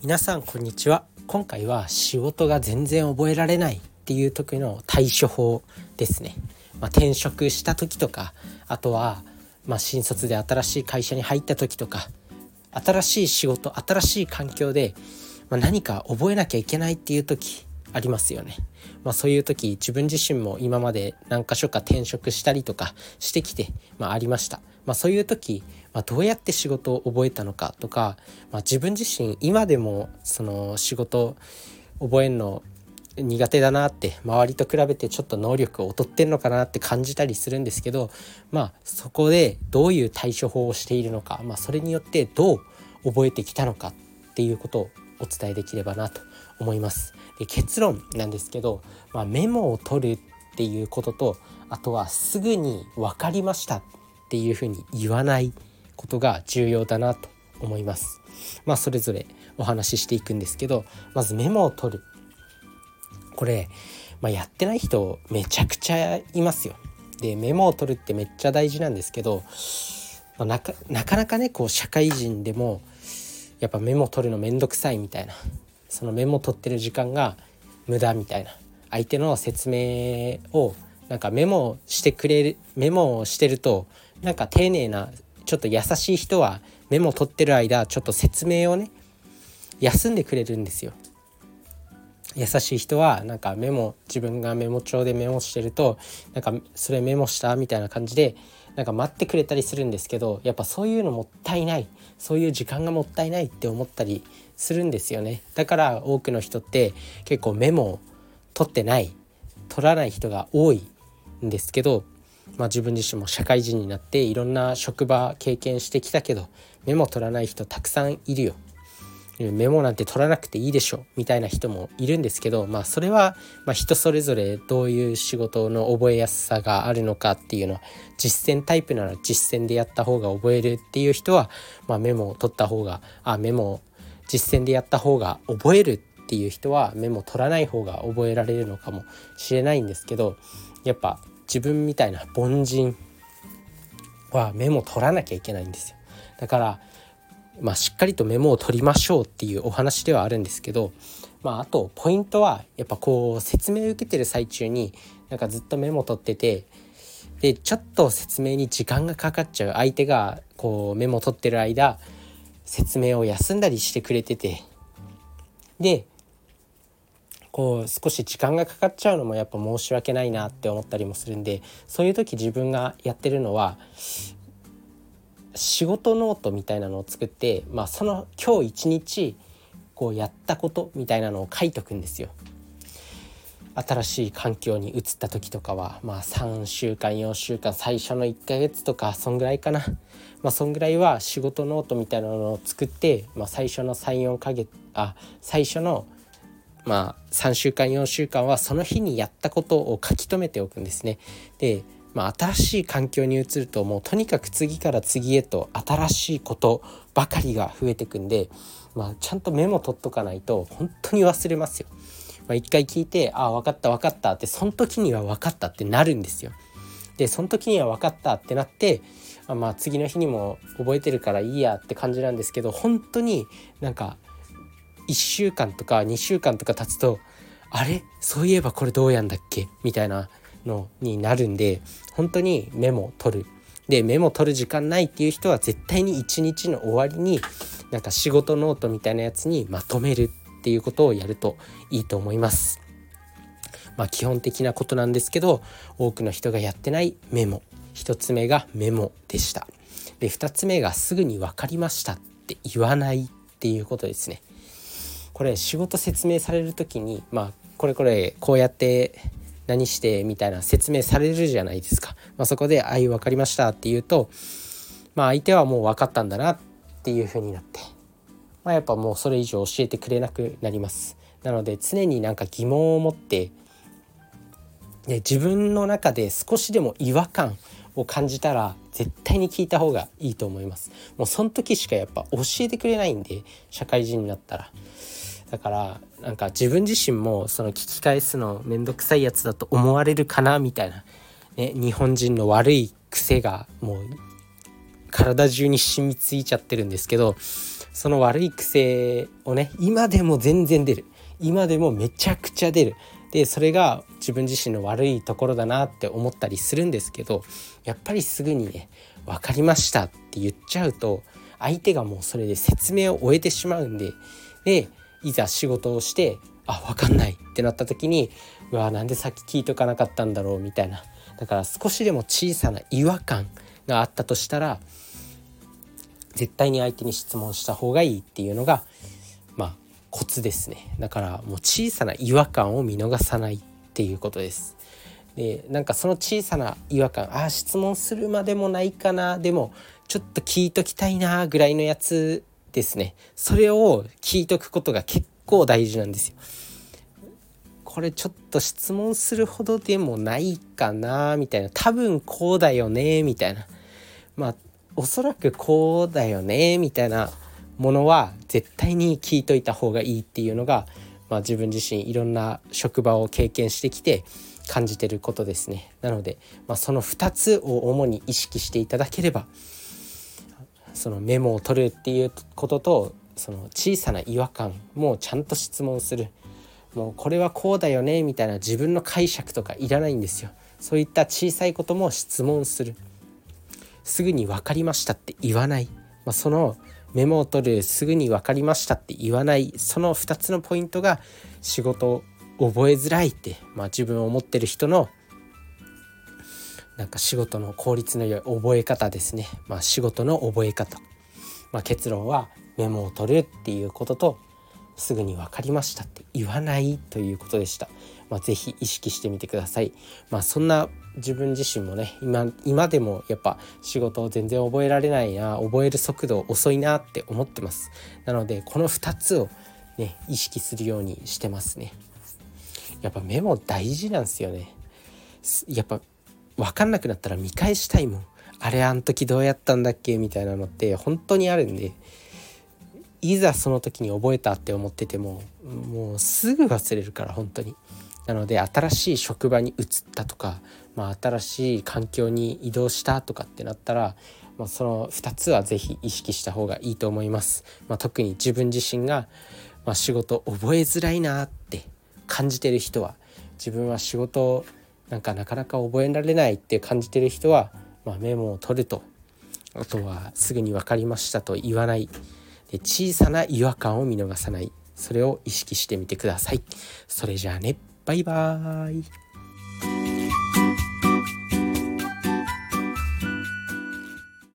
皆さんこんにちは。今回は仕事が全然覚えられないっていう時の対処法ですね。転職した時とか、あとは新卒で新しい会社に入った時とか、新しい仕事、新しい環境で何か覚えなきゃいけないっていう時ありますよね。そういう時、自分自身も今まで何か所か転職したりとかしてきて、ありました。そういう時、どうやって仕事を覚えたのかとか、自分自身今でもその仕事覚えるの苦手だなって、周りと比べてちょっと能力を劣ってるのかなって感じたりするんですけど、そこでどういう対処法をしているのか、それによってどう覚えてきたのかっていうことをお伝えできればなと思います。で、結論なんですけど、メモを取るっていうことと、あとはすぐに分かりましたっていうふうに言わないことが重要だなと思います。それぞれお話ししていくんですけど、まずメモを取る。これ、やってない人めちゃくちゃいますよ。で、メモを取るってめっちゃ大事なんですけど、なかなかね、社会人でもやっぱメモ取るのめんどくさいみたいな、そのメモ取ってる時間が無駄みたいな、相手の説明をメモをしてると、丁寧なちょっと優しい人はメモ取ってる間ちょっと説明をね休んでくれるんですよ。優しい人は自分がメモ帳でメモしてると、それメモしたみたいな感じで待ってくれたりするんですけど、やっぱそういうのもったいない、そういう時間がもったいないって思ったりするんですよね。だから多くの人って結構メモを取らない人が多いんですけど、自分自身も社会人になっていろんな職場経験してきたけど、メモ取らない人たくさんいるよ、メモなんて取らなくていいでしょみたいな人もいるんですけど、それは人それぞれどういう仕事の覚えやすさがあるのかっていうのは、実践タイプなら実践でやった方が覚えるっていう人は、メモを取った方がメモを実践でやった方が覚えるっていう人はメモ取らない方が覚えられるのかもしれないんですけど、やっぱ自分みたいな凡人はメモ取らなきゃいけないんですよ。だからしっかりとメモを取りましょうっていうお話ではあるんですけど、あとポイントはやっぱ説明を受けてる最中にずっとメモ取ってて、でちょっと説明に時間がかかっちゃう、相手がメモ取ってる間説明を休んだりしてくれてて、で少し時間がかかっちゃうのもやっぱ申し訳ないなって思ったりもするんで、そういう時自分がやってるのは仕事ノートみたいなのを作って、その今日一日やったことみたいなのを書いとくんですよ。新しい環境に移った時とかは3週間4週間、最初の1ヶ月とかそんぐらいかな、そんぐらいは仕事ノートみたいなのを作って、最初の 3,4 ヶ月最初の3週間4週間はその日にやったことを書き留めておくんですね。で、新しい環境に移るともうとにかく次から次へと新しいことばかりが増えてくんで、ちゃんとメモ取っとかないと本当に忘れますよ。一回聞いて分かったって、その時には分かったってなるんですよ。でその時には分かったってなって、次の日にも覚えてるからいいやって感じなんですけど、本当に1週間とか2週間とか経つと、あれそういえばこれどうやんだっけみたいなのになるんで、本当にメモ取る。でメモ取る時間ないっていう人は絶対に一日の終わりに仕事ノートみたいなやつにまとめるっていうことをやるといいと思います。基本的なことなんですけど、多くの人がやってないメモ。一つ目がメモでした。で二つ目がすぐに分かりましたって言わないっていうことですね。これ仕事説明されるときにこうやって何してみたいな説明されるじゃないですか。そこで分かりましたって言うと、相手はもう分かったんだなっていう風になって、やっぱもうそれ以上教えてくれなくなります。なので常に疑問を持って、で自分の中で少しでも違和感を感じたら絶対に聞いた方がいいと思います。もうその時しかやっぱ教えてくれないんで、社会人になったら。だから自分自身もその聞き返すのめんどくさいやつだと思われるかなみたいな、日本人の悪い癖がもう体中に染みついちゃってるんですけど、 その悪い癖をね、今でも全然出る、今でもめちゃくちゃ出る。でそれが自分自身の悪いところだなって思ったりするんですけど、やっぱりすぐにね分かりましたって言っちゃうと、相手がもうそれで説明を終えてしまうんで、いざ仕事をして分かんないってなった時に、うわなんでさっき聞いとかなかったんだろうみたいな。だから少しでも小さな違和感があったとしたら、絶対に相手に質問した方がいいっていうのがコツですね。だからもう小さな違和感を見逃さないっていうことです。でなんかその小さな違和感、質問するまでもないかな、でもちょっと聞いときたいなぐらいのやつですね。それを聞いとくことが結構大事なんですよ。これちょっと質問するほどでもないかなみたいな、多分こうだよねみたいな、おそらくこうだよねみたいなものは絶対に聞いといた方がいいっていうのが、自分自身いろんな職場を経験してきて感じてることですね。なので、その2つを主に意識していただければ、そのメモを取るっていうことと、その小さな違和感もちゃんと質問する、もうこれはこうだよねみたいな自分の解釈とかいらないんですよ。そういった小さいことも質問する、すぐに分かりましたって言わない、そのメモを取る、すぐに分かりましたって言わない、その2つのポイントが仕事を覚えづらいって、自分を思ってる人のなんか仕事の効率の良い覚え方ですね。仕事の覚え方、結論はメモを取るっていうことと、すぐに分かりましたって言わないということでした。ぜひ意識してみてください。そんな自分自身もね、今でもやっぱ仕事を全然覚えられないな、覚える速度遅いなって思ってます。なのでこの2つをね意識するようにしてますね。やっぱメモ大事なんですよね。やっぱ分かんなくなったら見返したいもん。あの時どうやったんだっけみたいなのって本当にあるんで、いざその時に覚えたって思っててももうすぐ忘れるから本当に。なので新しい職場に移ったとか、新しい環境に移動したとかってなったら、その2つはぜひ意識した方がいいと思います。特に自分自身が、仕事覚えづらいなって感じてる人は、自分は仕事なかなか覚えられないって感じてる人は、メモを取ると、あとはすぐに分かりましたと言わない、で小さな違和感を見逃さない、それを意識してみてください。それじゃあね、バイバーイ。